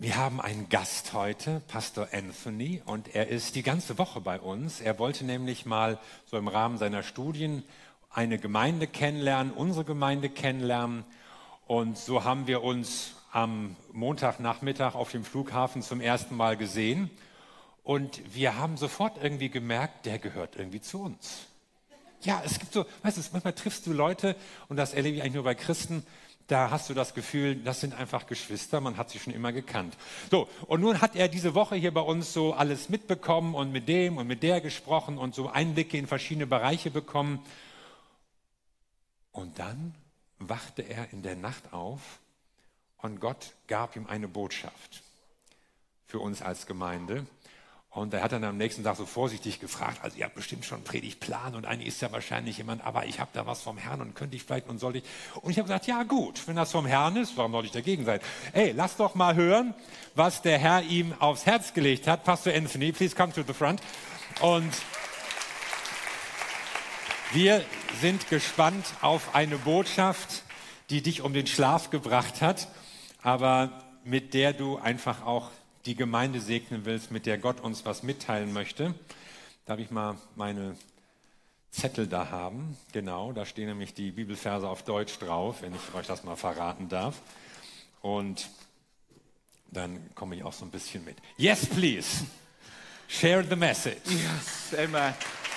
Wir haben einen Gast heute, Pastor Anthony, und er ist die ganze Woche bei uns. Er wollte nämlich mal so im Rahmen seiner Studien eine Gemeinde kennenlernen, unsere Gemeinde kennenlernen. Und so haben wir uns am Montagnachmittag auf dem Flughafen zum ersten Mal gesehen. Und wir haben sofort irgendwie gemerkt, der gehört irgendwie zu uns. Ja, es gibt so, weißt du, manchmal triffst du Leute, und das erlebe ich eigentlich nur bei Christen, da hast du das Gefühl, das sind einfach Geschwister, man hat sie schon immer gekannt. So, und nun hat er diese Woche hier bei uns so alles mitbekommen und mit dem und mit der gesprochen und so Einblicke in verschiedene Bereiche bekommen. Und dann wachte er in der Nacht auf und Gott gab ihm eine Botschaft für uns als Gemeinde. Und er hat dann am nächsten Tag so vorsichtig gefragt, also ihr habt bestimmt schon einen Predigtplan und eigentlich ist ja wahrscheinlich jemand, aber ich habe da was vom Herrn und könnte ich vielleicht und sollte ich. Und ich habe gesagt, ja gut, wenn das vom Herrn ist, warum soll ich dagegen sein? Ey, lass doch mal hören, was der Herr ihm aufs Herz gelegt hat. Pastor Anthony, please come to the front. Und wir sind gespannt auf eine Botschaft, die dich um den Schlaf gebracht hat, aber mit der du einfach auch die Gemeinde segnen willst, mit der Gott uns was mitteilen möchte. Darf ich mal meine Zettel da haben? Genau, da stehen nämlich die Bibelverse auf Deutsch drauf, wenn ich euch das mal verraten darf. Und dann komme ich auch so ein bisschen mit. Yes, please. Share the message. Yes, amen.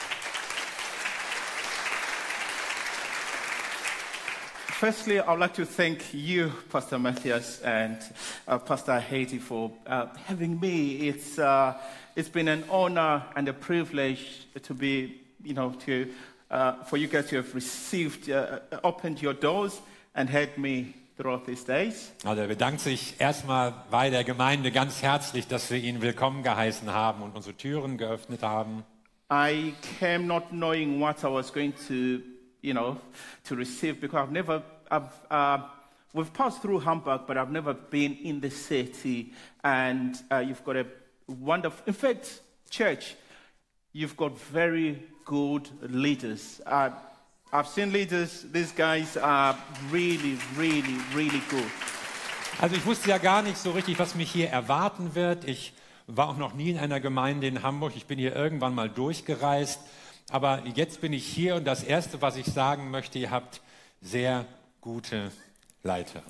Firstly, I'd like to thank you, Pastor Matthias and Pastor Haiti, for having me. It's been an honor and a privilege to be, for you guys to have received, opened your doors and had me throughout these days. Also er bedankt sich erstmal bei der Gemeinde ganz herzlich, dass wir ihn willkommen geheißen haben und unsere Türen geöffnet haben. I came not knowing what I was going to receive, because we've passed through Hamburg, but I've never been in the city. And you've got a wonderful, in fact, church, you've got very good leaders. I've seen leaders, these guys are really, really, really good. Also ich wusste ja gar nicht so richtig, was mich hier erwarten wird. Ich war auch noch nie in einer Gemeinde in Hamburg. Ich bin hier irgendwann mal durchgereist. Aber jetzt bin ich hier und das Erste, was ich sagen möchte, ihr habt sehr gute Leiter.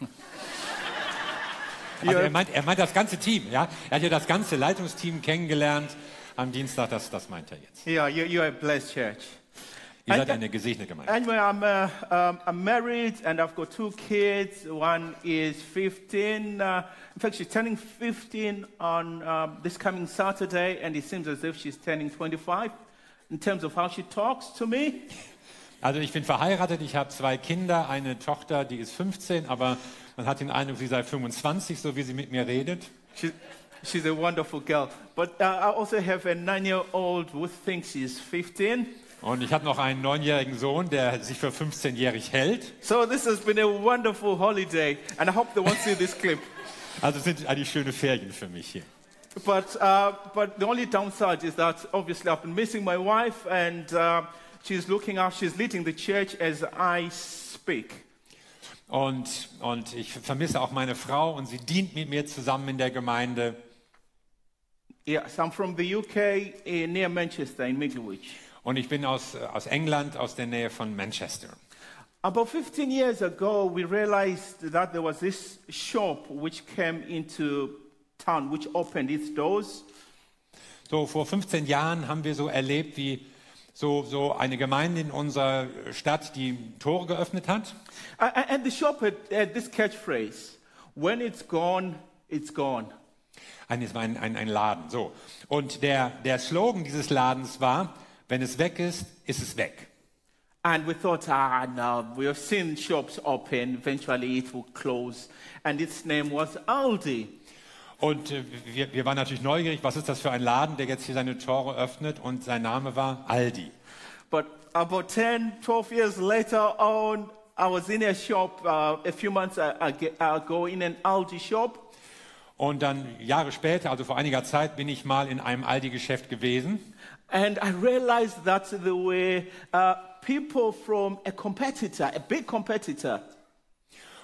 Also er meint das ganze Team, ja? Er hat ja das ganze Leitungsteam kennengelernt am Dienstag, das meint er jetzt. Yeah, you're a blessed church. Ihr seid eine gesegnete Gemeinde. Anyway, I'm married and I've got 2 kids. One is 15. In fact, she's turning 15 on this coming Saturday, and it seems as if she's turning 25 in terms of how she talks to me. Also ich bin verheiratet, ich habe 2 Kinder, eine Tochter, die ist 15, aber man hat den Eindruck, sie sei 25, so wie sie mit mir redet. She's a wonderful girl. But I also have a 9-year-old who thinks she's 15. Und ich habe noch einen 9-jährigen Sohn, der sich für 15-jährig hält. So this has been a wonderful holiday, and I hope they won't see this clip. Also es sind eigentlich schöne Ferien für mich hier. But the only downside is that obviously I've been missing my wife, and she's leading the church as I speak. Und ich vermisse auch meine Frau und sie dient mit mir zusammen in der Gemeinde. Yes, I'm from the UK, near Manchester in Middlewich. Und ich bin aus England, aus der Nähe von Manchester. About 15 years ago, we realized that there was this shop which came into town, which opened its doors. So vor 15 Jahren haben wir so erlebt, wie so eine Gemeinde in unserer Stadt die Tore geöffnet hat. And the shop had this catchphrase: "When it's gone, it's gone." Es war ein Laden. So. Und der Slogan dieses Ladens war: Wenn es weg ist, ist es weg. And we thought, no, we have seen shops open. Eventually, it will close. And its name was Aldi. Und wir waren natürlich neugierig, was ist das für ein Laden, der jetzt hier seine Tore öffnet, und sein Name war Aldi. But about 10, 12 years later on, I was in a shop a few months ago in an Aldi shop. Und dann Jahre später, also vor einiger Zeit, bin ich mal in einem Aldi-Geschäft gewesen. And I realized that there were people from a competitor, a big competitor.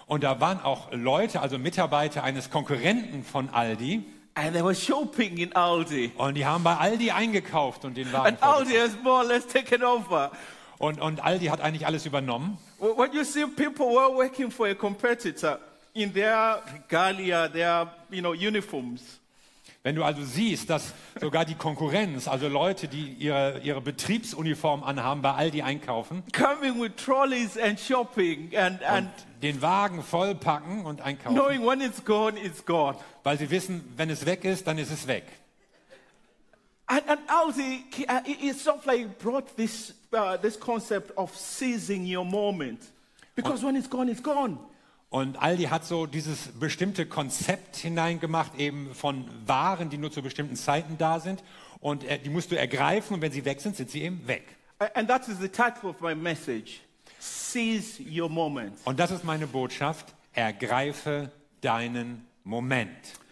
Und da waren auch Leute, also Mitarbeiter eines Konkurrenten von Aldi. And they were shopping in Aldi. Und die haben bei Aldi eingekauft und den Wagen And Aldi has more or less taken over. Und Aldi hat eigentlich alles übernommen. When you see people who are working for a competitor in their regalia, their uniforms. Wenn du also siehst, dass sogar die Konkurrenz, also Leute, die ihre Betriebsuniform anhaben, bei Aldi einkaufen. Coming with trolleys and shopping and den Wagen vollpacken und einkaufen. knowing when it's gone, it's gone. Weil sie wissen, wenn es weg ist, dann ist es weg. And Aldi, it sort of like brought this concept of seizing your moment. Because when it's gone, it's gone. Und Aldi hat so dieses bestimmte Konzept hineingemacht, eben von Waren, die nur zu bestimmten Zeiten da sind. Und die musst du ergreifen und wenn sie weg sind, sind sie eben weg. And that is the title of my message. Seize your moment. Und das ist meine Botschaft. Ergreife deinen Moment.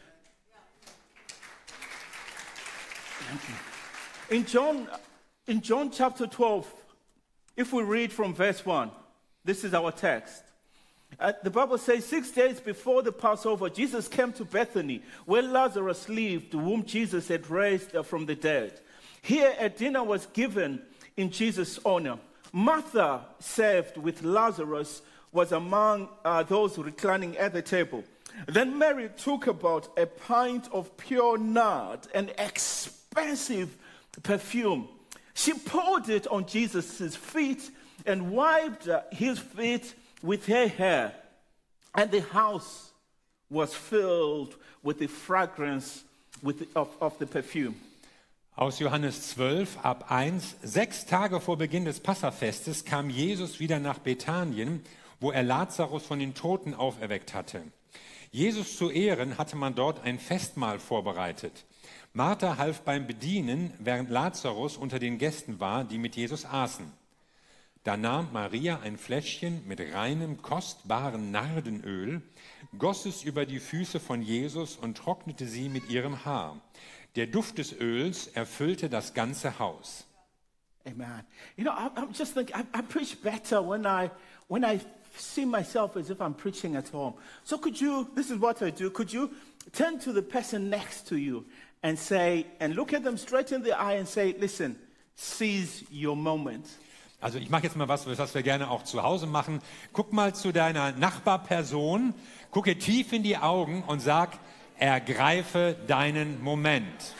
In John chapter 12, if we read from verse 1, this is our text. The Bible says, 6 days before the Passover, Jesus came to Bethany, where Lazarus lived, whom Jesus had raised from the dead. Here a dinner was given in Jesus' honor. Martha served with Lazarus, was among those reclining at the table. Then Mary took about a pint of pure nard, an expensive perfume. She poured it on Jesus' feet and wiped his feet with her hair, and the house was filled with the fragrance of the perfume. Aus Johannes 12, ab 1. 6 Tage vor Beginn des Passafestes kam Jesus wieder nach Bethanien, wo er Lazarus von den Toten auferweckt hatte. Jesus zu Ehren hatte man dort ein Festmahl vorbereitet. Martha half beim Bedienen, während Lazarus unter den Gästen war, die mit Jesus aßen. Da nahm Maria ein Fläschchen mit reinem, kostbaren Nardenöl, goss es über die Füße von Jesus und trocknete sie mit ihrem Haar. Der Duft des Öls erfüllte das ganze Haus. Amen. I'm just thinking, I preach better when I see myself as if I'm preaching at home. So this is what I do, could you turn to the person next to you and look at them straight in the eye and say, listen, seize your moment. Also ich mache jetzt mal was wir gerne auch zu Hause machen. Guck mal zu deiner Nachbarperson, gucke tief in die Augen und sag, ergreife deinen Moment.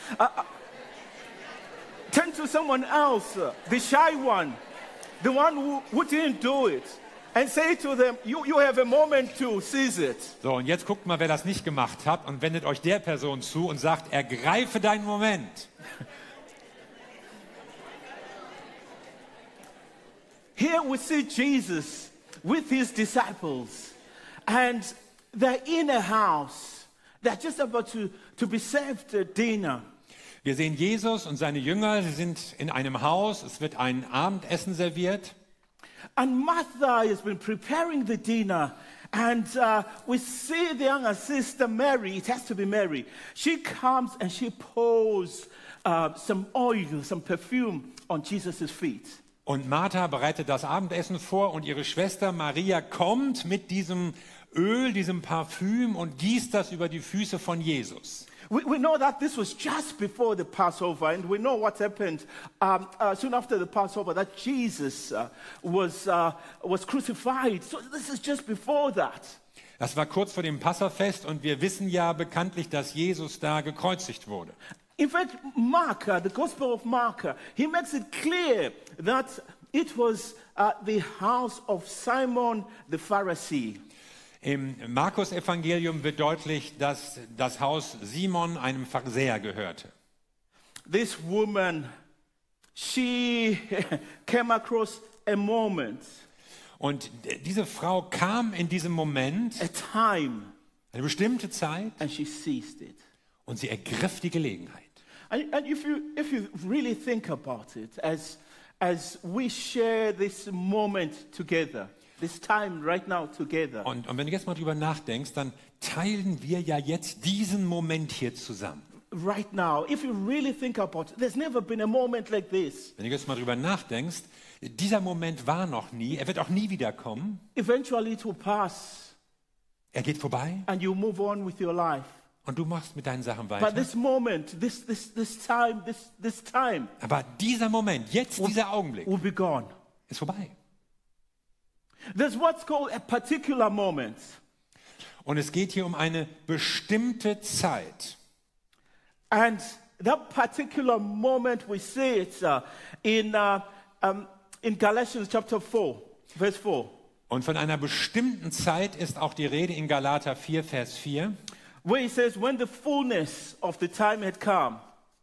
Turn to someone else, the shy one, the one who didn't do it, and say to them, you have a moment to seize it. So, und jetzt guckt mal, wer das nicht gemacht hat und wendet euch der Person zu und sagt, ergreife deinen Moment. Here we see Jesus with his disciples, and they're in a house. They're just about to be served a dinner. Wir sehen Jesus und seine Jünger, sie sind in einem Haus, es wird ein Abendessen serviert. And Martha has been preparing the dinner, and we see the younger sister Mary, it has to be Mary. She comes and she pours some oil, some perfume on Jesus' feet. Und Martha bereitet das Abendessen vor und ihre Schwester Maria kommt mit diesem Öl, diesem Parfüm und gießt das über die Füße von Jesus. We know that this was just before the Passover, and we know what happened soon after the Passover, that Jesus was crucified. So this is just before that. Das war kurz vor dem Passafest und wir wissen ja bekanntlich, dass Jesus da gekreuzigt wurde. In fact, Mark, the Gospel of Mark, he makes it clear that it was the house of Simon the Pharisee. Im Markus-Evangelium wird deutlich, dass das Haus Simon einem Pharisäer gehörte. This woman, she came across a moment. Und diese Frau kam in diesem Moment, A time. eine bestimmte Zeit, And she seized it. und sie ergriff die Gelegenheit. And if you really think about it, as we share this moment together, this time right now together. Und wenn du jetzt mal drüber nachdenkst, dann teilen wir ja jetzt diesen Moment hier zusammen. Right now, if you really think about it, there's never been a moment like this. Wenn du jetzt mal drüber nachdenkst, dieser Moment war noch nie, er wird auch nie wieder kommen. Eventually it will pass. Er geht vorbei and you move on with your life. und du machst mit deinen Sachen But weiter. this moment, this time Aber dieser Moment, jetzt dieser Augenblick, will be gone. ist vorbei. There's what's called a particular moment. Und es geht hier um eine bestimmte Zeit. And that particular moment, we see it in Galatians chapter 4, verse 4. Und von einer bestimmten Zeit ist auch die Rede in Galater 4, Vers 4. Where it says, when the fullness of the time had come,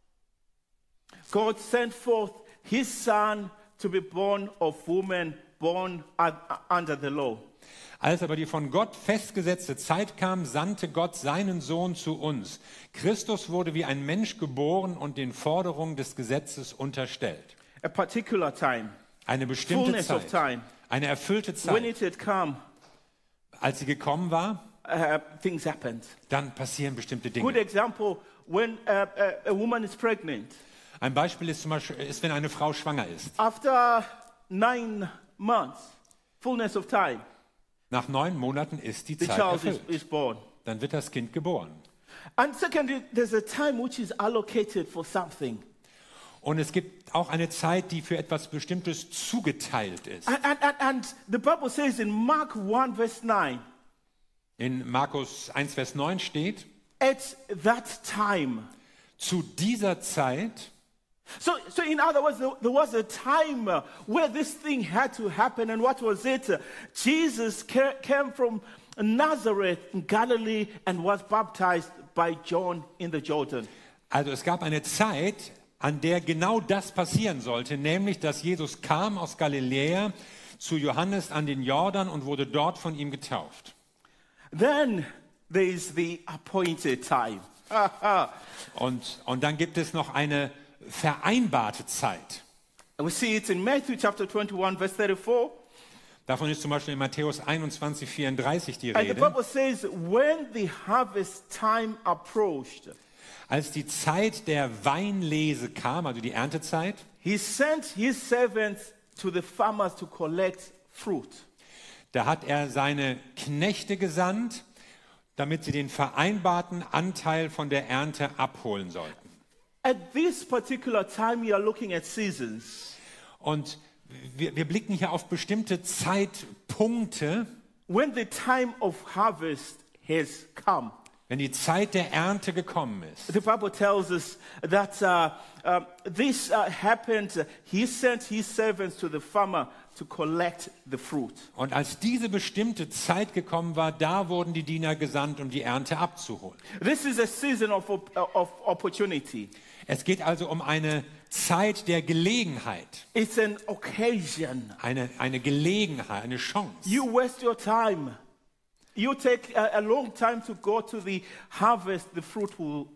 God sent forth his son to be born of woman, born under the law. Als aber die von Gott festgesetzte Zeit kam, sandte Gott seinen Sohn zu uns. Christus wurde wie ein Mensch geboren und den Forderungen des Gesetzes unterstellt. A particular time, Eine bestimmte fullness of Zeit, time. eine erfüllte When Zeit. it had come, Als sie gekommen war, things happened. dann passieren bestimmte Good Dinge. example, when a woman is pregnant. Ein Beispiel ist zum Beispiel, wenn eine Frau schwanger ist. After 9 months, fullness of time, Nach 9 Monaten ist die the Zeit child erfüllt. is born. Dann wird das Kind geboren. And secondly, there's a time which is allocated for something. Und es gibt auch eine Zeit, die für etwas Bestimmtes zugeteilt ist. And the Bible says in Mark 1 verse 9, In Markus 1, Vers 9 steht, at that time. zu dieser Zeit, So in other words, there was a time where this thing had to happen. And what was it? Jesus came from Nazareth in Galilee and was baptized by John in the Jordan. also es gab eine Zeit, an der genau das passieren sollte, nämlich, dass Jesus kam aus Galiläa zu Johannes an den Jordan und wurde dort von ihm getauft. Then there is the appointed time. Und dann gibt es noch eine vereinbarte Zeit. We see it in Matthew chapter 21 verse 34. Davon ist zum Beispiel in Matthäus 21, 34 die And the Rede. Bible says, when the harvest time approached, Als die Zeit der Weinlese kam, also die Erntezeit, he sent his servants to the farmers to collect fruit. da hat er seine Knechte gesandt, damit sie den vereinbarten Anteil von der Ernte abholen sollten. At this particular time, you are looking at seasons. Und wir blicken hier auf bestimmte Zeitpunkte, When the time of harvest has come, wenn die Zeit der Ernte gekommen ist. the Bible tells us that this happened. He sent his servants to the farmer to collect the fruit. Und als diese bestimmte Zeit gekommen war, da wurden die Diener gesandt, um die Ernte abzuholen. This is a season of opportunity. Es geht also um eine Zeit der Gelegenheit, It's an occasion. eine Gelegenheit, eine Chance. You waste your time. You take a long time to go to the harvest. The fruit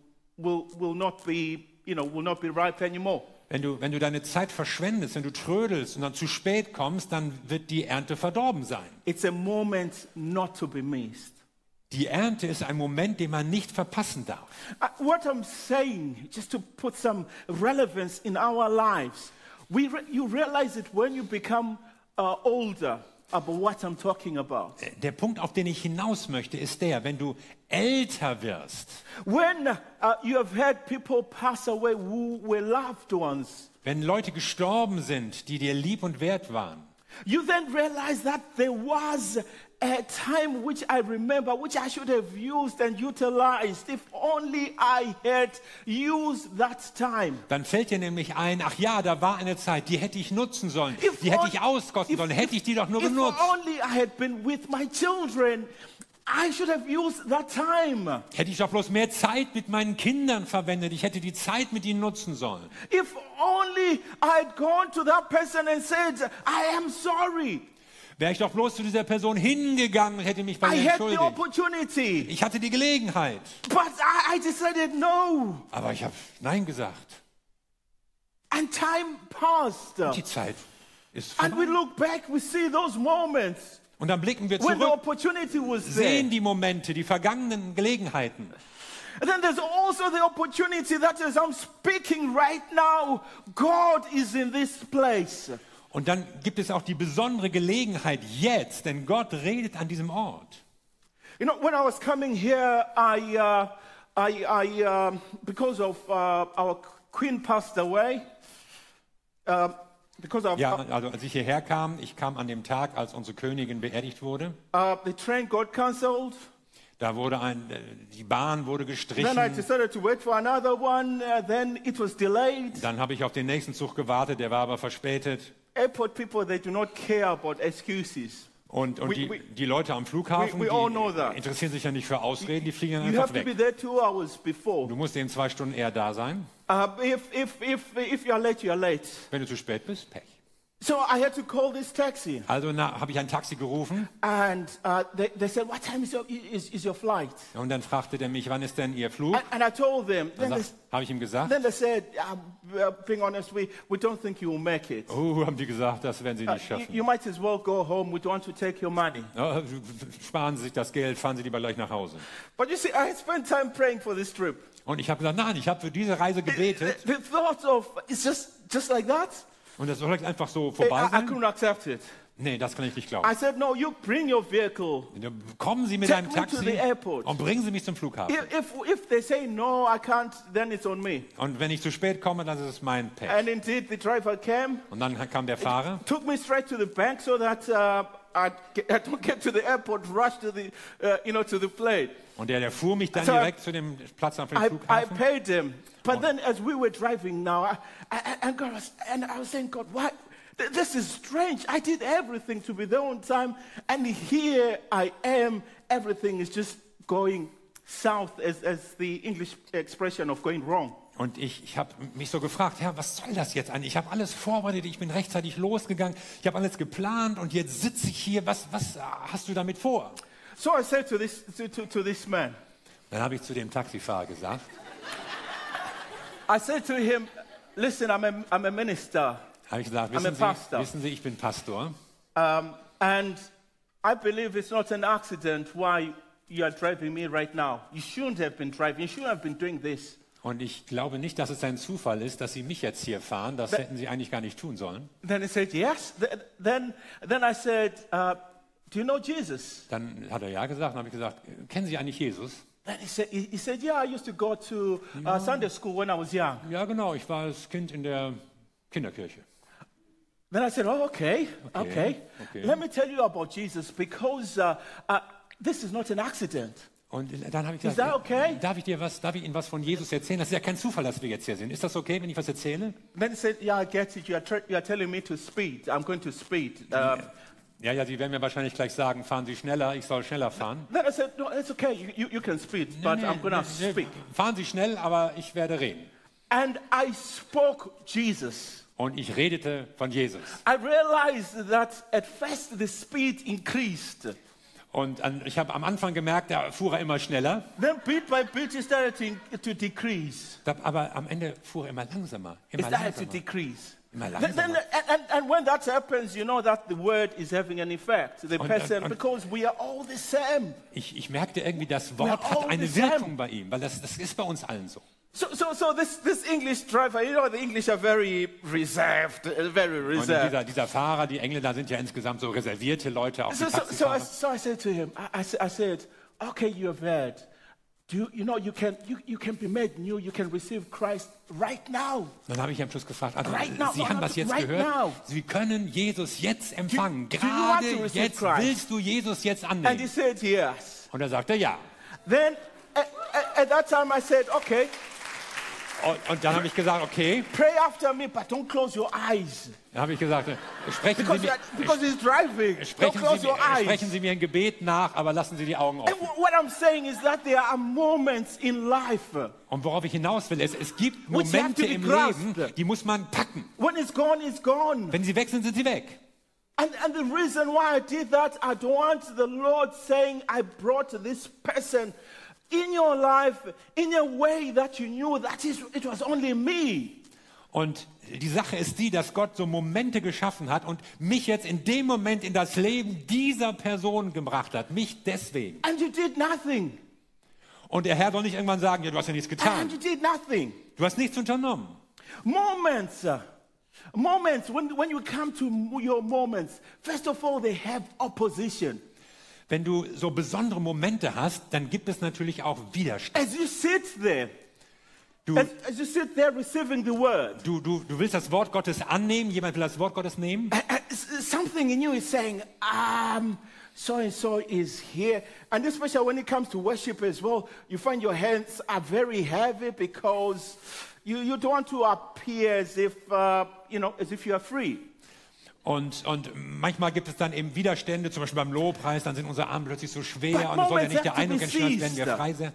will not be, will not be ripe anymore. Wenn du deine Zeit verschwendest, wenn du trödelst und dann zu spät kommst, dann wird die Ernte verdorben sein. It's a moment not to be missed. Die Ernte ist ein Moment, den man nicht verpassen darf. What I'm saying, just to put some relevance in our lives, you realize it when you become older about what I'm talking about. Der Punkt, auf den ich hinaus möchte, ist der, wenn du älter wirst, When you have had people pass away who were loved ones, wenn Leute gestorben sind, die dir lieb und wert waren, you then realize that there was a time which I remember, which I should have used and utilized if only I had used that time. dann fällt dir nämlich ein, ach ja, da war eine Zeit, die hätte ich nutzen sollen, If die hätte on- ich auskosten sollen, hätte ich die doch nur If genutzt. only I had been with my children, I should have used that time. Hätte ich doch bloß mehr Zeit mit meinen Kindern verwendet, ich hätte die Zeit mit ihnen nutzen sollen. If only I had gone to that person and said, I am sorry. Wäre ich doch bloß zu dieser Person hingegangen und hätte mich bei I ihr had the entschuldigt. opportunity. Ich hatte die Gelegenheit, But I decided no. aber ich habe Nein gesagt. And time passed. Die Zeit ist And we vorbei. look back, we see those moments Und dann blicken wir when the zurück, opportunity was there. sehen die Momente, die vergangenen Gelegenheiten. And then there's also the opportunity that as I'm speaking right now, God is in this place. Und dann gibt es auch die besondere Gelegenheit jetzt, denn Gott redet an diesem Ort. You know, when I was coming here, because of our queen passed away, because of Ja, also als ich hierher kam, ich kam an dem Tag, als unsere Königin beerdigt wurde. the train got cancelled. Da wurde die Bahn wurde Then I gestrichen. decided to wait for another one. Then it was delayed. Dann habe ich auf den nächsten Zug gewartet, der war aber verspätet. Airport people, they do not care about excuses. Und die Leute am Flughafen, we all know that. die interessieren sich ja nicht für Ausreden, die fliegen dann You einfach have to be weg. there 2 hours before. Du musst eben 2 Stunden eher da sein. If you're late, you're late. Wenn du zu spät bist, Pech. So I had to call this taxi. Also habe ich ein Taxi gerufen And they said, what time is your flight? und dann fragte der mich, wann ist denn Ihr Flug? And I told them. Dann habe ich ihm gesagt, Then they said, being honest, we don't think you will make it. haben die gesagt, das werden Sie nicht You schaffen. might as well go home. We don't want to take your money. Ja, sparen Sie sich das Geld, fahren Sie lieber gleich nach Hause. But you see, I had spent time praying for this trip. Und ich habe gesagt, nein, ich habe für diese Reise gebetet The thought of, it's just like that? und das soll einfach so I vorbei sein. couldn't accept it. Nee, das kann ich nicht glauben. I said, no, you bring your vehicle. Kommen Sie mit Take einem me to Taxi the airport. und bringen Sie mich zum Flughafen. If they say no, I can't, then it's on me. Und wenn ich zu spät komme, dann ist es mein Pech. And indeed, the driver came, Und dann kam der Fahrer took me straight to the bank so that I don't get to the airport, rush to the, to the plane. und der fuhr mich dann So direkt zu dem Platz auf dem I Flughafen. paid him. But then as we were driving now, I was saying, God, why? This is strange. I did everything to be there on time. And here I am. Everything is just going south as the English expression of going wrong. Und ich habe mich so gefragt, Herr, was soll das jetzt eigentlich? Ich habe alles vorbereitet, ich bin rechtzeitig losgegangen, ich habe alles geplant und jetzt sitze ich hier. Was hast du damit vor? So I said to this man, Dann habe ich zu dem Taxifahrer gesagt, I said to him, listen, I'm a minister. habe ich gesagt, I'm a pastor. wissen Sie, ich bin Pastor. And I believe it's not an accident why you are driving me right now. You shouldn't have been driving. You shouldn't have been doing this. Und ich glaube nicht, dass es ein Zufall ist, dass Sie mich jetzt hier fahren. Das hätten Sie eigentlich gar nicht tun sollen. Then he said, yes. Then I said, do you know Jesus? Dann hat er ja gesagt, dann habe ich gesagt, kennen Sie eigentlich Jesus? Then he said, yeah, I used to go to Sunday school when I was young. Ja, genau, ich war als Kind in der Kinderkirche. Then I said, oh, okay. Okay. Let me tell you about Jesus because this is not an accident. Und dann habe ich Is that gesagt, okay? darf ich Ihnen was von Jesus erzählen? Das ist ja kein Zufall, dass wir jetzt hier sind. Ist das okay, wenn ich was erzähle? Then he said, yeah, I get it. You are telling me to speed. I'm going to speed. Ja, Sie werden mir wahrscheinlich gleich sagen, fahren Sie schneller, ich soll schneller fahren. Then I said, no, it's okay. You can speed, but I'm going to speak. Fahren Sie schnell, aber ich werde reden. And I spoke Jesus. Und ich redete von Jesus. I realized that at first the speed increased. Und ich habe am Anfang gemerkt, da fuhr er immer schneller. Then bit by bit it started to decrease. Aber am Ende fuhr er immer langsamer. It Immer started to langsamer. decrease. Immer Then, langsamer. and when that happens, you know that the word is having an effect. The person, und- because we are all the same. Ich merkte irgendwie, das We Wort are hat all eine the same. Wirkung bei ihm, weil das ist bei uns allen so. So this English driver, you know, the English are very reserved, very Und reserved. dieser Fahrer, die Engländer sind ja insgesamt so reservierte Leute, auch die Taxifahrer. So I said to him, I said, okay, you have heard. You know, you can be made new. You can receive Christ right now. Dann habe ich am Schluss gefragt, also, Right now, Sie no, haben no, das jetzt right gehört? now. Sie können Jesus jetzt empfangen. Do you want Gerade to receive jetzt Christ? willst du Jesus jetzt And he annehmen. said yes. Und er sagte ja. Then at that time I said, okay, Und dann habe ich gesagt, okay. pray after me, but don't close your eyes. Dann habe ich gesagt, sprechen Because he's driving. Don't close your eyes. sprechen Sie mir ein Gebet nach, aber lassen Sie die Augen And offen. what I'm saying is that there are moments in life. Und worauf ich hinaus will, es gibt Which have Momente to be im grasped. Leben, die muss man packen. When it's gone, it's gone. Wenn sie weg sind, sind sie weg. And the reason why I did that, I don't want the Lord saying, I brought this person in your life in a way that you knew that it was only me. Und die Sache ist die, dass Gott so Momente geschaffen hat und mich jetzt in dem Moment in das Leben dieser Person gebracht hat. Mich deswegen. And you did nothing. Und der Herr soll nicht irgendwann sagen, ja, du hast ja nichts And getan. you did nothing. Du hast nichts unternommen. Moments, when you come to your moments, first of all, they have opposition. Wenn du so besondere Momente hast, dann gibt es natürlich auch Widerstand. As you sit there, Du, as you sit there receiving the word, du willst das Wort Gottes annehmen, jemand will das Wort Gottes nehmen. something in you is saying, so and so is here. And especially when it comes to worship as well, you find your hands are very heavy because you don't want to appear as if, as if you are free. Und manchmal gibt es dann eben Widerstände, zum Beispiel beim Lobpreis, dann sind unsere Arme plötzlich so schwer und es soll ja nicht der Eindruck entstehen, als wären wir frei sein.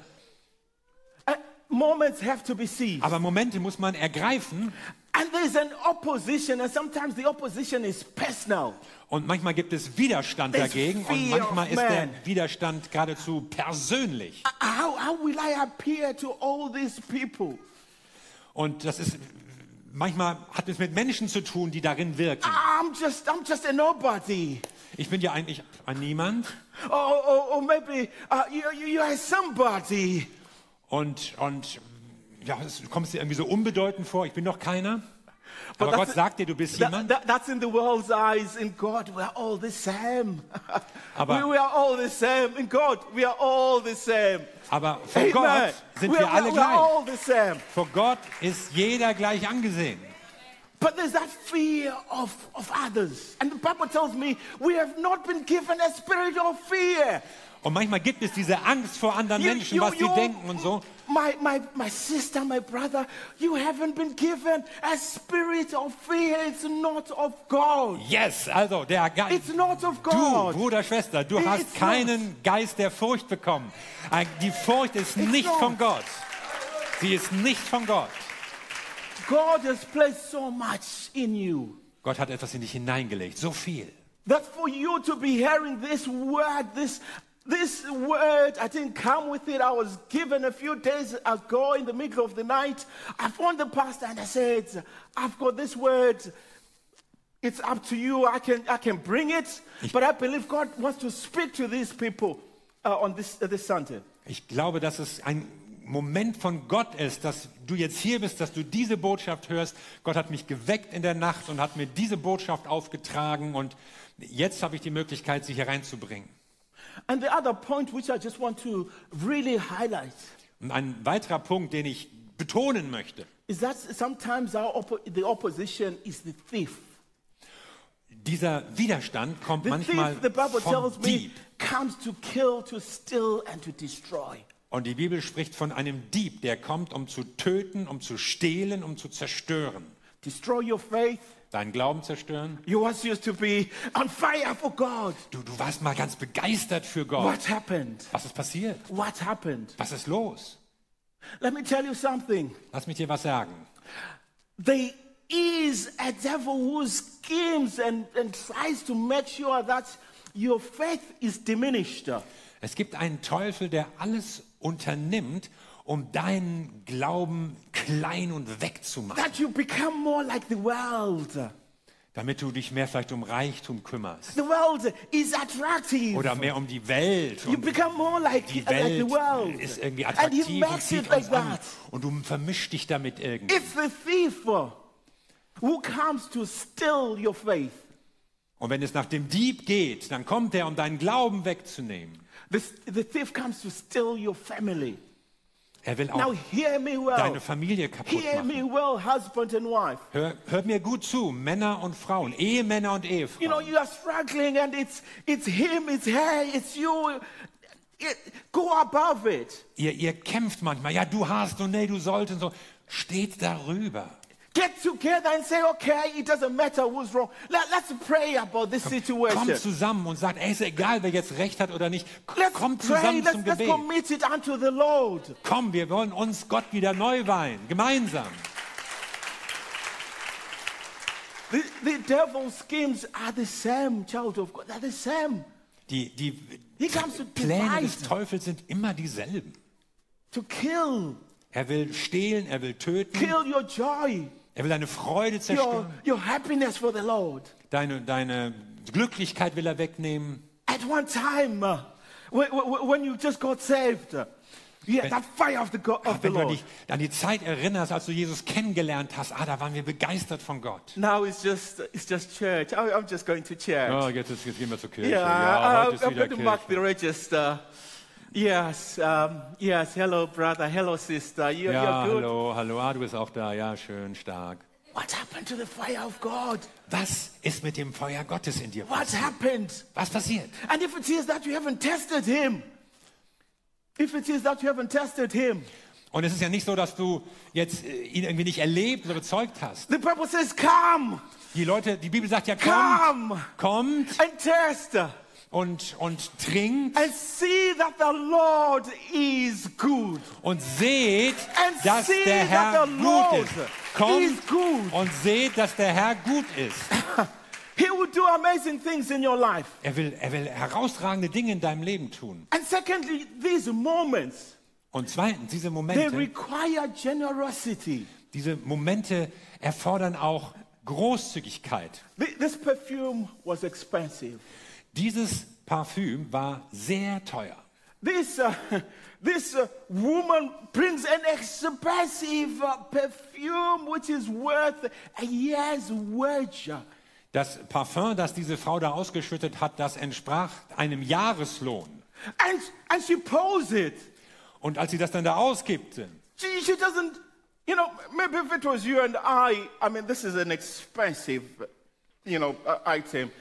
Moments have to be seized. Aber Momente muss man ergreifen. And there's an opposition, and sometimes the opposition is personal. Und manchmal gibt es Widerstand dagegen und manchmal ist der Widerstand geradezu persönlich. How will I appear to all these people? Und das ist manchmal hat es mit Menschen zu tun, die darin wirken. I'm just a nobody. Ich bin ja eigentlich ein Niemand. Or maybe you are somebody. Und ja, es kommt dir irgendwie so unbedeutend vor, ich bin doch keiner. Aber Gott sagt dir, du bist jemand. That's in the world's eyes. In God, we are all the same. Aber, we are all the same. In God, we are all the same. Aber vor Gott sind wir alle gleich. All the same. Vor Gott ist jeder gleich angesehen. But there's that fear of others. And the Bible tells me we have not been given a spirit of fear. Und manchmal gibt es diese Angst vor anderen Menschen, was sie denken und so. My sister, my brother, you haven't been given a spirit of fear. It's not of God. Yes, also der Geist. It's not of God. Du, Bruder, Schwester, du hast keinen Geist der Furcht bekommen. Die Furcht ist nicht von Gott. Sie ist nicht von Gott. God has placed so much in you. Gott hat etwas in dich hineingelegt, so viel. That for you to be hearing this word, this word, I didn't come with it. I was given a few days ago in the middle of the night. I phoned the pastor and I said, I've got this word. It's up to you. I can bring it. But I believe God wants to speak to these people on this Sunday. Ich glaube, dass es ein Moment von Gott ist, dass du jetzt hier bist, dass du diese Botschaft hörst. Gott hat mich geweckt in der Nacht und hat mir diese Botschaft aufgetragen. Und jetzt habe ich die Möglichkeit, sie hier reinzubringen. And the other point which I just want to really highlight. Und ein weiterer Punkt, den ich betonen möchte, is that sometimes the opposition is the thief. Dieser Widerstand kommt manchmal The Bible tells vom me Dieb. Comes to kill, to steal and to destroy. Und die Bibel spricht von einem Dieb, der kommt, um zu töten, um zu stehlen, um zu zerstören. Destroy your faith. Deinen Glauben zerstören. You once used to be on fire for God. Du warst mal ganz begeistert für Gott. What happened? Was ist passiert? What happened? Was ist los? Let me tell you something. Lass mich dir was sagen. There is a devil who schemes and tries to make sure that your faith is diminished. Es gibt einen Teufel, der alles unternimmt, um deinen Glauben klein und wegzumachen. That you become more like the world. Damit du dich mehr vielleicht um Reichtum kümmerst. The world is attractive. Oder mehr um die Welt. You become more like die Welt the world. Ist irgendwie attraktiv und zieht uns an. Und du vermischst dich damit irgendwie. It's the thief who comes to steal your faith. Und wenn es nach dem Dieb geht, dann kommt er, um deinen Glauben wegzunehmen. The thief comes to steal your family. Er will auch Now, hear me well. deine Familie kaputt Hear me machen. well, husband and wife. Hört mir gut zu, Männer und Frauen, Ehemänner und Ehefrauen. You know, you are struggling and it's him, it's her, it's you. Go above it. Ihr kämpft manchmal, ja, du hast und nee, du solltest und so. Steht darüber. Get together and say, okay, it doesn't matter who's wrong. Let's pray about this situation. Kommt zusammen und sagt, ey, ist egal, wer jetzt recht hat oder nicht. Kommt pray, zusammen zum let's Gebet. commit it unto the Lord. Komm, wir wollen uns Gott wieder neu weihen, gemeinsam. The devil's schemes are the same, child of God. They're the same. Die comes to Pläne des divide. Teufels sind immer dieselben. To kill. Er will stehlen, er will töten, Kill your joy. er will deine Freude zerstören, Your happiness for the Lord. deine Glücklichkeit will er wegnehmen. At one time, when you just got saved, Yeah, that fire of the Wenn du Lord. dich an die Zeit erinnerst, als du Jesus kennengelernt hast, da waren wir begeistert von Gott. Now it's just church. I'm just going to church. Jetzt gehen wir zur Kirche. Yeah, Heute ist I'm wieder going to mark the Kirche. register. Yes, yes. Hello, brother. Hello, sister. You're Ja, good. hallo, du bist auch da. Ja, schön, stark. What happened to the fire of God? Was ist mit dem Feuer Gottes in dir What passiert? happened? Was passiert? And if it is that you haven't tested Him, Und es ist ja nicht so, dass du jetzt ihn irgendwie nicht erlebt oder bezeugt hast. the Bible says, "Come, Die Bibel sagt ja, come kommt and test und trinkt and see that the Lord is good." und seht, And dass see der Herr that the gut Lord ist. Kommt is good. und seht, dass der Herr gut ist. He will do amazing things in your life. Er will herausragende Dinge in deinem Leben tun. And secondly, these moments, Und zweitens, they require diese Momente erfordern auch Großzügigkeit. This perfume was expensive. Dieses Parfüm war sehr teuer. This woman brings an expensive perfume which is worth a year's wage. Das Parfüm, das diese Frau da ausgeschüttet hat, das entsprach einem Jahreslohn. And she pours it. Und als sie das dann da ausgibt, She doesn't, maybe if it was you and I mean, this is an expensive, item.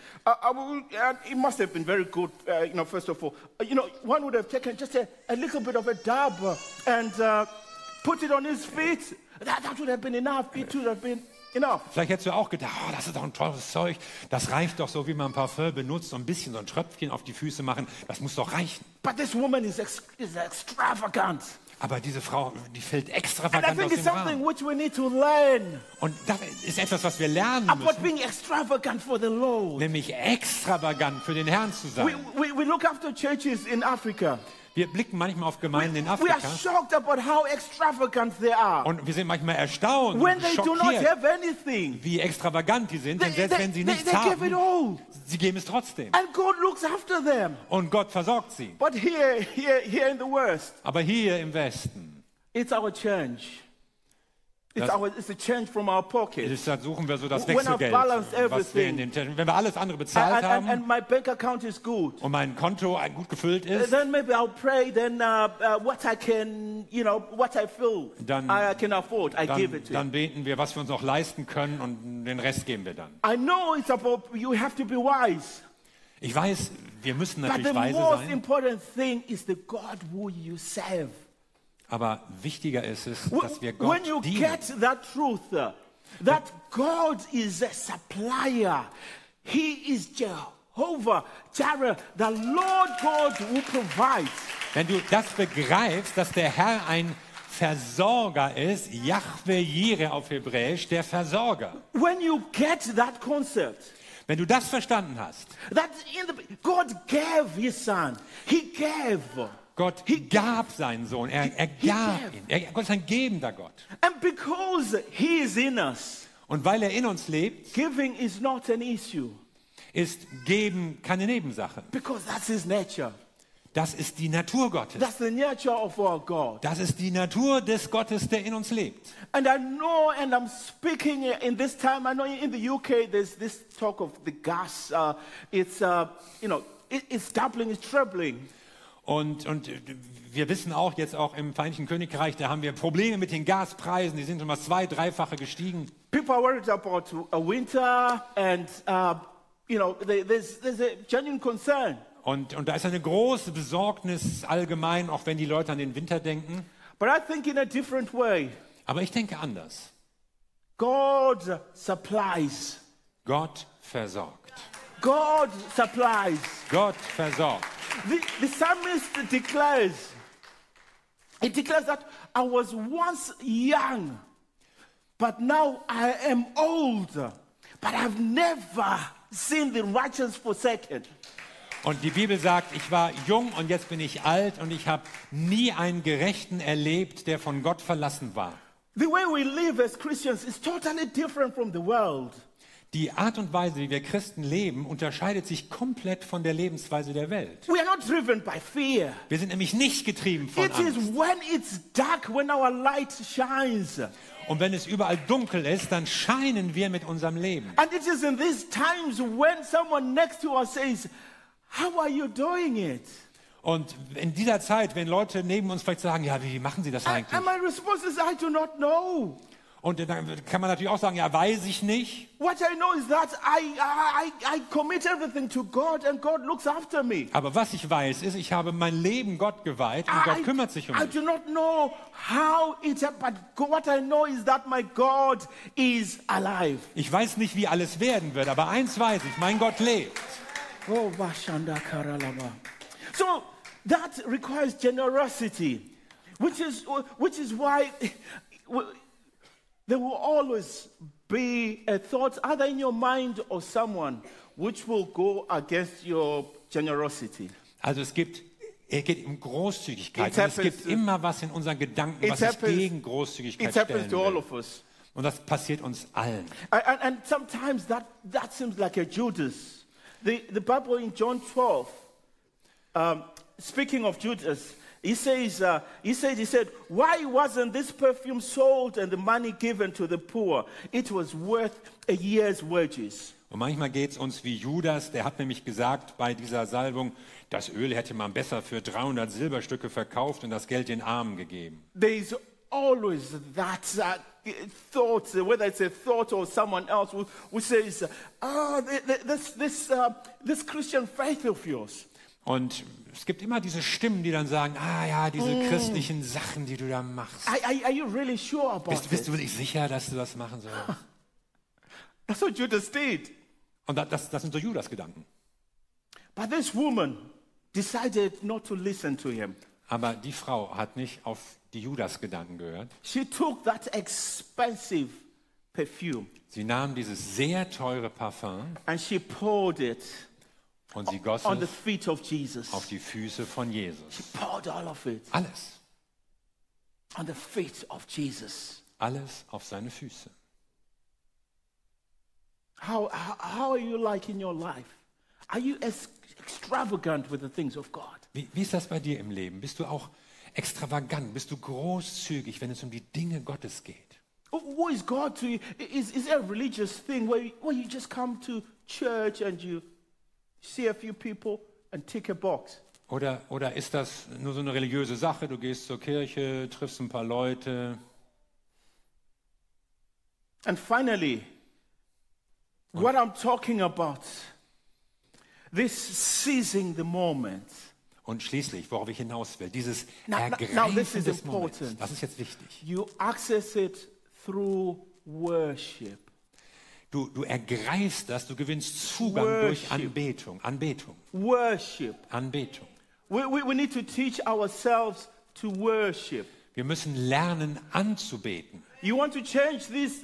It must have been very good, first of all. One would have taken just a little bit of a dab and put it on his feet. That would have been enough. It would have been enough. vielleicht hättest du auch gedacht, das ist doch ein teures Zeug. Das reicht doch so, wie man Parfüm benutzt, so ein bisschen so ein Tröpfchen auf die Füße machen. Das muss doch reichen. But this woman is extravagant. Aber diese Frau, die fällt And I extravagant think aus it's dem something Rahmen. which we need to learn Und das ist etwas, was wir lernen about müssen. being extravagant for the Lord. Nämlich extravagant für den Herrn zu sein. We look after churches in Africa. Wir blicken manchmal auf Gemeinden in We are Afrika shocked about how extravagant they are. und wir sind manchmal erstaunt When und they do not schockiert, have anything, wie extravagant die sind. Denn selbst wenn sie nichts they give it haben, all. sie geben es trotzdem. And God looks after them. Und Gott versorgt sie. But here in the West, Aber hier im Westen, it's our change. It's a change from our pocket. da suchen wir so das When I've Wechselgeld, balanced was wir wenn wir alles andere bezahlt haben And my bank account is good. und mein Konto gut gefüllt ist, Then maybe I'll pray. Then what I can, what I feel I can afford, I give it to dann beten wir, was wir uns noch leisten können und den Rest geben wir dann. I know it's about you have to be wise. Ich weiß, wir müssen But the natürlich weise most sein, important thing is the God who you serve. aber wichtiger ist es, dass wir When Gott you dienen. get that truth, that God is a supplier, He is Jehovah Jireh, the Lord God who provides. Wenn du das begreifst, dass der Herr ein Versorger ist, Yahweh Jireh auf Hebräisch, der Versorger. When you get that concept, Wenn du das verstanden hast, that God gave His Son, He gave. Gott gab seinen Sohn, er gab ihn. Gott ist ein gebender Gott. And because He is in us, Und weil er in uns lebt, giving is not an issue, ist Geben keine Nebensache. because that's His nature. Das ist die Natur Gottes. That's the nature of our God. Das ist die Natur des Gottes, der in uns lebt. And I know, and I'm speaking in this time, I know in the UK there's this talk of the gas. It's doubling, it's trebling. Und wir wissen auch, jetzt auch im Vereinigten Königreich, da haben wir Probleme mit den Gaspreisen. Die sind um das 2-, 3-fache gestiegen. People are worried about a winter, and there's a genuine concern. Und da ist eine große Besorgnis allgemein, auch wenn die Leute an den Winter denken. But I think in a different way. Aber ich denke anders. God supplies. Gott versorgt. God supplies. Gott versorgt. The psalmist declares that I was once young, but now I am old, but I've never seen the righteous forsaken. Und die Bibel sagt, ich war jung und jetzt bin ich alt und ich habe nie einen Gerechten erlebt, der von Gott verlassen war. The way we live as Christians is totally different from the world. Die Art und Weise, wie wir Christen leben, unterscheidet sich komplett von der Lebensweise der Welt. We are not driven by fear. Wir sind nämlich nicht getrieben von It is Angst. when it's dark when our light shines. Und wenn es überall dunkel ist, dann scheinen wir mit unserem Leben. And it is in these times when someone next to us says, how are you doing it? Und in dieser Zeit, wenn Leute neben uns vielleicht sagen, ja, wie machen Sie das eigentlich? And my response is, I do not know. Und dann kann man natürlich auch sagen, ja, weiß ich nicht. What I know is that I commit everything to God and God looks after me. Aber was ich weiß, ist, ich habe mein Leben Gott geweiht und Gott kümmert sich um I mich. do not know how it happened, but what I know is that my God is alive. Ich weiß nicht, wie alles werden wird, aber eins weiß ich, mein Gott lebt. Oh, Bashanda Karalaba. So that requires generosity, which is why there will always be a thought either in your mind or someone which will go against your generosity. Also es geht um Großzügigkeit. It Und es happens gibt to- immer was in unseren Gedanken, It was sich happens- gegen Großzügigkeit It happens stellen to all will. of us. Und das passiert uns allen. And sometimes that seems like a Judas. The Bible in John 12, speaking of Judas, he said, why wasn't this perfume sold and the money given to the poor? It was worth a year's wages. Und manchmal geht es uns wie Judas, der hat nämlich gesagt bei dieser Salbung, das Öl hätte man besser für 300 Silberstücke verkauft und das Geld den Armen gegeben. There is always that thought, whether it's a thought or someone else who says, this Christian faith of yours. Und es gibt immer diese Stimmen, die dann sagen, ah ja, diese christlichen Sachen, die du da machst. Are you really sure about Bist du it? wirklich sicher, dass du das machen sollst? That's what Judas did. Und das sind so Judas-Gedanken. But this woman decided not to listen to him. Aber die Frau hat nicht auf die Judas-Gedanken gehört. She took that expensive perfume Sie nahm dieses sehr teure Parfum and she poured it und sie goss on the es feet of Jesus. auf die Füße von Jesus. Poured all of it Alles. on the feet of Jesus. Alles auf seine Füße. How are you like in your life? Are you extravagant with the things of God? Wie ist das bei dir im Leben? Bist du auch extravagant? Bist du großzügig, wenn es um die Dinge Gottes geht? Who is God to you? Is there a religious thing where you just come to church and you see a few people and tick a box? Oder ist das nur so eine religiöse Sache? Du gehst zur Kirche, triffst ein paar Leute. And finally, what I'm talking about, this seizing the moment. Und schließlich, worauf ich hinaus will, dieses Now Ergreifen this is des Moments. important. Das ist jetzt wichtig. You access it through worship. Du ergreifst das, du gewinnst Zugang durch Worship. Anbetung. Anbetung. Worship. Anbetung. We need to teach ourselves to worship. Wir müssen lernen anzubeten. You want to change this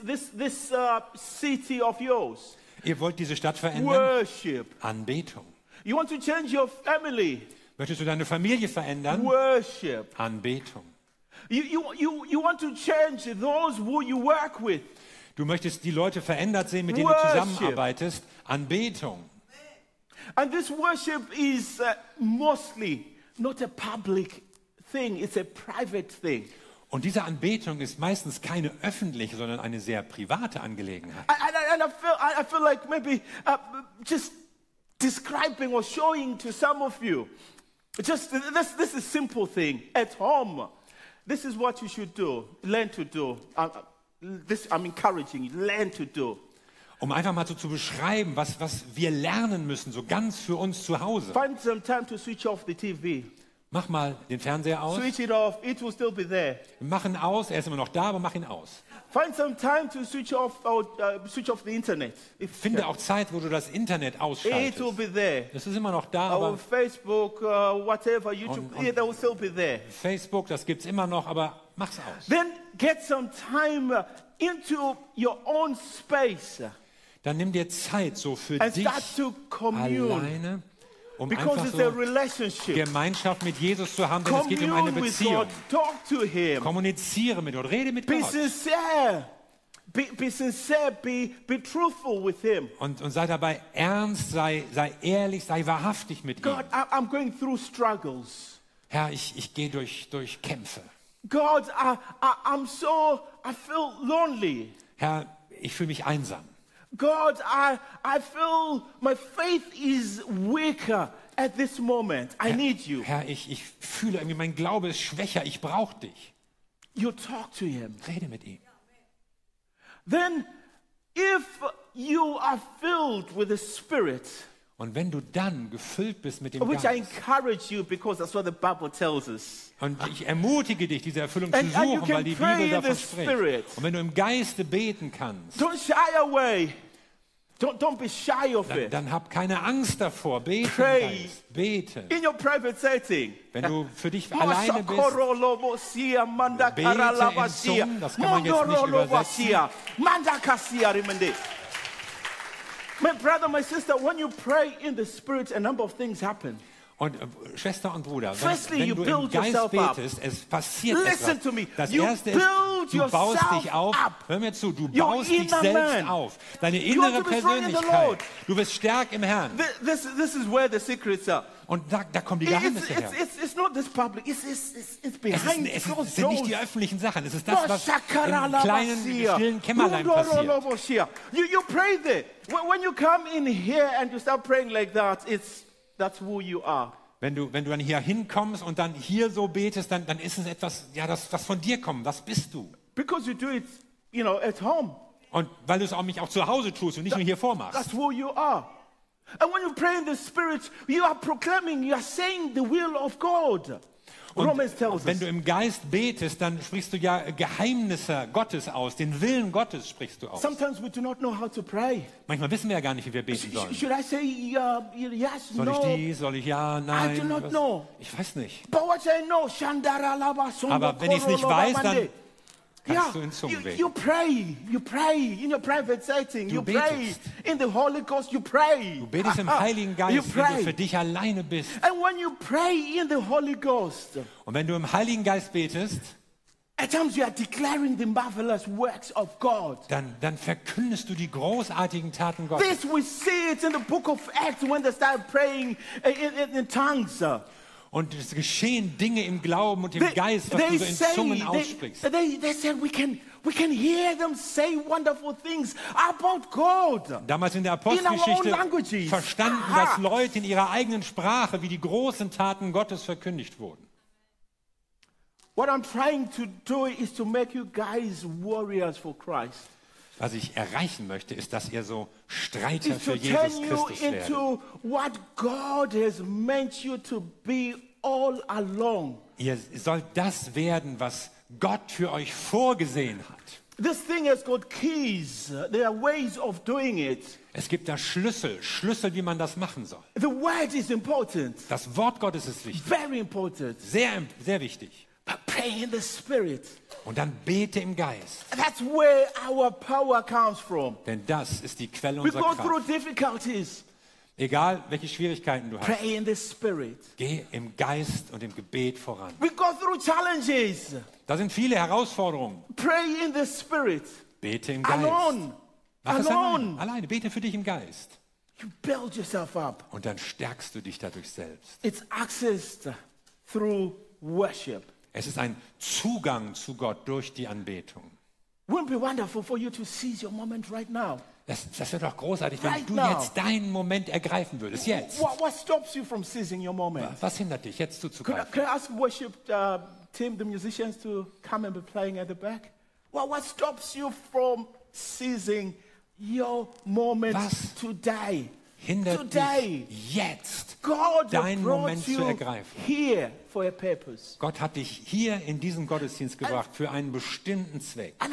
city of yours? Ihr wollt diese Stadt verändern? Worship. Anbetung. You want to change your family? Möchtest du deine Familie verändern? Worship. Anbetung. You want to change those who you work with? Du möchtest die Leute verändert sehen, mit denen Worship. du zusammenarbeitest? Anbetung. And this worship is mostly not a public thing, it's a private thing. Und diese Anbetung ist meistens keine öffentliche, sondern eine sehr private Angelegenheit. And I feel like maybe just describing or showing to some of you, just this is simple thing at home. This is what you should do, learn to do. This I'm encouraging you, learn to do. Um einfach mal so zu beschreiben, was wir lernen müssen, so ganz für uns zu Hause. Find some time to switch off the TV. Mach mal den Fernseher aus. Switch it off, it will still be there. Mach ihn aus, er ist immer noch da, aber mach ihn aus. Find some time to switch off the internet. Finde auch Zeit, wo du das Internet It ausschaltest. will be there. Das ist immer noch da, Our aber Facebook, whatever, YouTube, On- yeah, they will still be there. Facebook, das gibt's immer noch, aber mach's aus. Then get some time into your own space Dann nimm dir Zeit so für and dich start to commune alleine, um because einfach it's a so relationship. Gemeinschaft mit Jesus zu haben, denn es geht um eine Commune with Beziehung. God. Talk to Him. Kommuniziere mit Gott, rede mit Be Gott. sincere. Be sincere, be truthful with him. Und sei dabei ernst, sei ehrlich, sei wahrhaftig mit ihm. God, I'm going through struggles. Herr, ich gehe durch Kämpfe. God, I feel lonely. Herr, ich fühle mich einsam. God, I feel my faith is weaker at this moment. I need you. Herr, ich fühle irgendwie, mein Glaube ist schwächer, ich brauche dich. You talk to him. Rede mit ihm. Then, if you are filled with the Spirit, Und wenn du dann gefüllt bist mit dem which I Geist, encourage you because that's what the Bible tells us. und ich ermutige dich, diese Erfüllung zu And you suchen, can weil die pray Bibel in davon the spricht. Spirit. Und wenn du im Geiste beten kannst, Don't shy away. Don't be shy of it. dann hab keine Angst davor. Bete Pray. im Geist. Bete. In your private setting. Wenn du für dich alleine bist, bete in Zungen, das kann man jetzt nicht übersetzen. My brother, my sister, when you pray in the Spirit, a number of things happen. Und Schwester und Bruder, Firstly, wenn you du im build Geist yourself up. betest, es passiert Listen etwas. to me. Das You Erste ist, build du baust yourself dich auf. up. Hör mir zu, du Your baust dich inner selbst man. auf. Deine You have innere to be strong in the Persönlichkeit. Lord. Du bist stark im Herrn. This is where the secrets are. Und da kommen die Geheimnisse her. It's not this public. It's behind Es closed sind nicht doors. die öffentlichen Sachen. Es ist das, was im kleinen, stillen Kämmerlein passiert. You pray there. When you come in here and you start praying like that, that's who you are. Wenn du dann hier hinkommst und dann hier so betest, dann ist es etwas, ja, das von dir kommt. Das bist du. Because you do it, at home. Und weil du es auch zu Hause tust und nicht nur hier vormachst. That's who you are. And when you pray in the Spirit, you are proclaiming, you are saying the will of God. Romans tells Wenn us. du im Geist betest, dann sprichst du ja Geheimnisse Gottes aus. Den Willen Gottes sprichst du aus. Sometimes we do not know how to pray. Manchmal wissen wir ja gar nicht, wie wir beten sollen. Should I say yes, Soll ich no? dies, soll ich ja, nein? I do not know. Ich weiß nicht. But what I know, Shandara Laba Songo Aber wenn ich es nicht Koro weiß, Loba dann Mande. kannst du in Zungen beten. You pray in your private setting. Du You pray betest. in the Holy Ghost. You pray. Du betest im Heiligen You Geist, wenn du pray. für dich alleine bist. And when you pray in the Holy Ghost, Und wenn du im Heiligen Geist betest, at times you are declaring the marvelous works of God. dann verkündest du die großartigen Taten Gottes. This we see it in the book of Acts when they start praying in tongues. Und es geschehen Dinge im Glauben und im Geist, was du so in Zungen aussprichst. They said we can hear them say wonderful things about God. Damals in der In our own Apostelgeschichte languages. verstanden, Aha. dass Leute in ihrer eigenen Sprache, wie die großen Taten Gottes verkündigt wurden. What I'm trying to do is to make you guys warriors for Christ. Was ich erreichen möchte, ist, dass ihr so Streiter Is für to Jesus turn you Christus werdet. into what God has meant you to be all along. Ihr sollt das werden, was Gott für euch vorgesehen hat. This thing has got keys. There are ways of doing it. Es gibt da Schlüssel, wie man das machen soll. The word is important. Das Wort Gottes ist wichtig, Very important. sehr, sehr wichtig. But pray in the Spirit. Und dann bete im Geist, That's where our power comes from. denn das ist die Quelle We unserer go through Kraft. difficulties. Egal, welche Schwierigkeiten du hast, Pray in the Spirit. geh im Geist und im Gebet voran. We go through challenges. Da sind viele Herausforderungen. Pray in the Spirit. Bete im Geist. Alone. Mach es Alone. alleine. Bete für dich im Geist. You build yourself up. Und dann stärkst du dich dadurch selbst. It's accessed through worship. Es ist ein Zugang zu Gott durch die Anbetung. Wouldn't it be wonderful for you to seize your moment right now? Das wäre doch großartig, wenn Right du now. jetzt deinen Moment ergreifen würdest. Jetzt. What stops you from seizing your moment? Was hindert dich, jetzt zuzugreifen? Can I ask worship team, the musicians, to come and be playing at the back? What stops you from seizing your moment Was today? Hindert Today. dich jetzt, God deinen brought Moment zu you ergreifen. here for a purpose. Gott hat dich hier in diesen Gottesdienst gebracht für einen bestimmten Zweck. And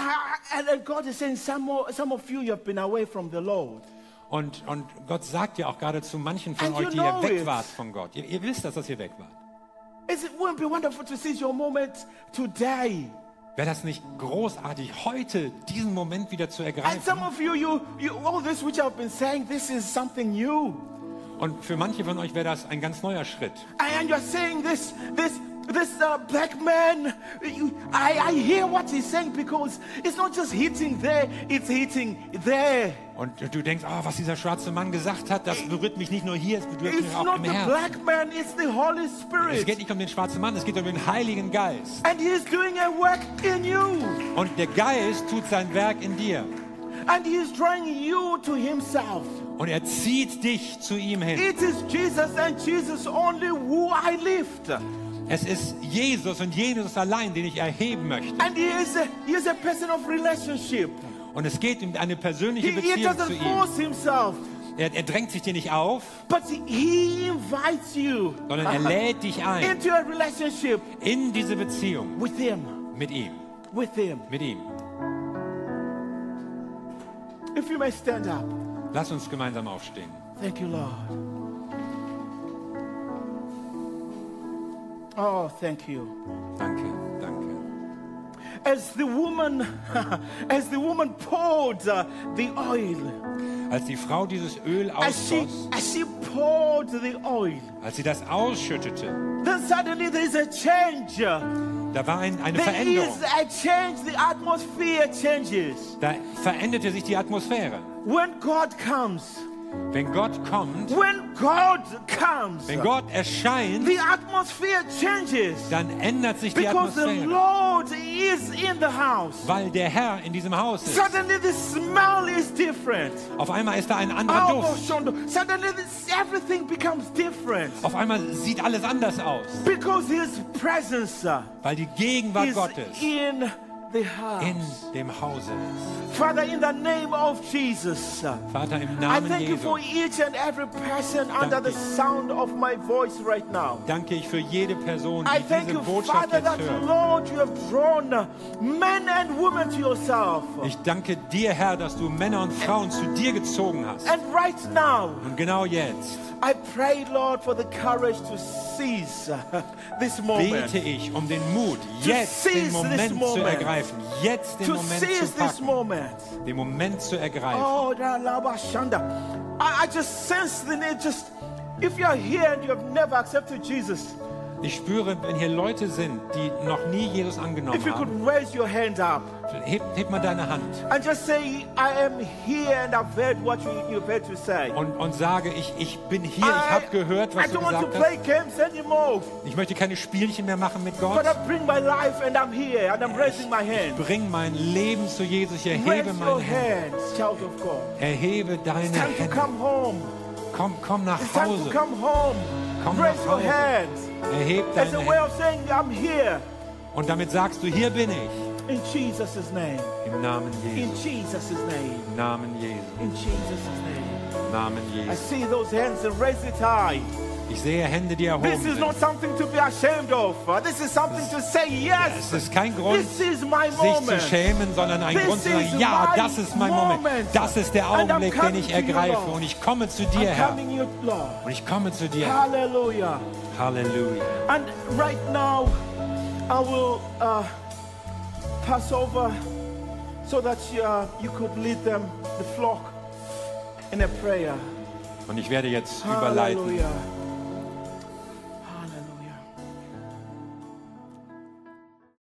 God is saying, some of you have been away from the Lord. Und Gott sagt ja auch gerade zu manchen von And euch, you die ihr know weg it. wart von Gott. Ihr wisst, dass ihr weg wart. Wouldn't it be wonderful to seize your moment today? Wäre das nicht großartig, heute diesen Moment wieder zu And ergreifen? some of you, all this which I've been saying, this is something new. Und für manche von euch wäre das ein ganz neuer Schritt. And you're saying this This black man, I hear what he's saying because it's not just hitting there, it's hitting there. Und du denkst, was dieser schwarze Mann gesagt hat, das berührt mich nicht nur hier, es berührt mich It's auch not im the Herzen. black man, it's the Holy Es Spirit. geht nicht um den schwarzen Mann, es geht um den Heiligen Geist. And he's doing a work in you. Und der Geist tut sein Werk in dir. And he's drawing you to himself. Und er zieht dich zu ihm hin. It is Jesus and Jesus only who I lift. Es ist Jesus und Jesus allein, den ich erheben möchte. And he is a person of relationship. Und es geht um eine persönliche He Beziehung zu doesn't ihm. force himself, Er drängt sich dir nicht auf, but he invites you sondern er lädt dich ein into a relationship in diese Beziehung with him. mit ihm. With him. Mit ihm. If you may stand up. Lass uns gemeinsam aufstehen. Thank you, Lord. Oh, thank you. Danke, danke. As the woman poured the oil, Als die Frau dieses Öl as ausgoss, she poured the oil, als sie das ausschüttete, then suddenly there is a change. da war eine There Veränderung. is a change. The atmosphere changes. Da veränderte sich die Atmosphäre. When God comes, Wenn Gott kommt, when God comes, wenn Gott erscheint, the atmosphere changes dann ändert sich die because the Atmosphäre, Lord is in the house. weil der Herr in diesem Haus ist. Suddenly the smell is different. Auf einmal ist da ein anderer Oh, Duft. suddenly everything becomes different Auf einmal sieht alles anders aus, because His presence weil die Gegenwart is Gottes in the in house. dem Hause ist. Father, in the name of Jesus, Vater, im I Namen thank you Jesu for each and every person under the sound of my voice right now. danke ich für jede Person, I die thank diese you, Botschaft Father, jetzt that hört. Lord, you have drawn men and women to yourself. Ich danke dir, Herr, dass du Männer und Frauen zu dir gezogen hast. And right now, Und genau jetzt I pray, Lord, for the courage to seize this moment. bete ich um den Mut, jetzt den seize this Moment zu moment. ergreifen, jetzt den To Moment seize zu this packen, moment. den Moment zu ergreifen. Oh, Shanda. I just sense the need. Just if you're here and you have never accepted Jesus, Ich spüre, wenn hier Leute sind, die noch nie Jesus angenommen if you could haben, raise your hand up heb mal deine Hand and just say, I am here and I've heard what you've heard to say. und sage, ich bin hier, ich habe gehört, I was du don't want to gesagt play hast. games anymore. Ich möchte keine Spielchen mehr machen mit Gott. But I bring my life and I'm here and I'm raising my hand. Bring mein Leben zu Jesus, ich erhebe Raise your meine Hände. hands, child of God. Erhebe deine It's time to Hände. come home. Komm nach It's time to Hause. come home. Komm Raise nach your Hause. hands. Erheb As deine a way Hände. of saying, I'm here. Und damit sagst du, hier bin ich. In Jesus' name. Im Namen In Jesu. Jesus' name. Im Namen Jesu. In Jesus' name. Im Namen I Jesu. see those hands and raise it high. Ich sehe Hände, die This erhoben is not sind. something to be ashamed of. This is something to say, Es yes, ist kein Grund, this is my sich zu moment. schämen, sondern ein This Grund zu is sagen, ja, my das ist mein Moment. moment. Das ist der And I'm Augenblick, den coming ich to you, ergreife. Lord. Und ich komme zu I'm dir, Herr. coming you, Lord. Und ich komme zu dir. Hallelujah. Halleluja. And right now, I will pass over so that you could lead them, the flock, in a prayer. Und ich werde jetzt überleiten Hallelujah.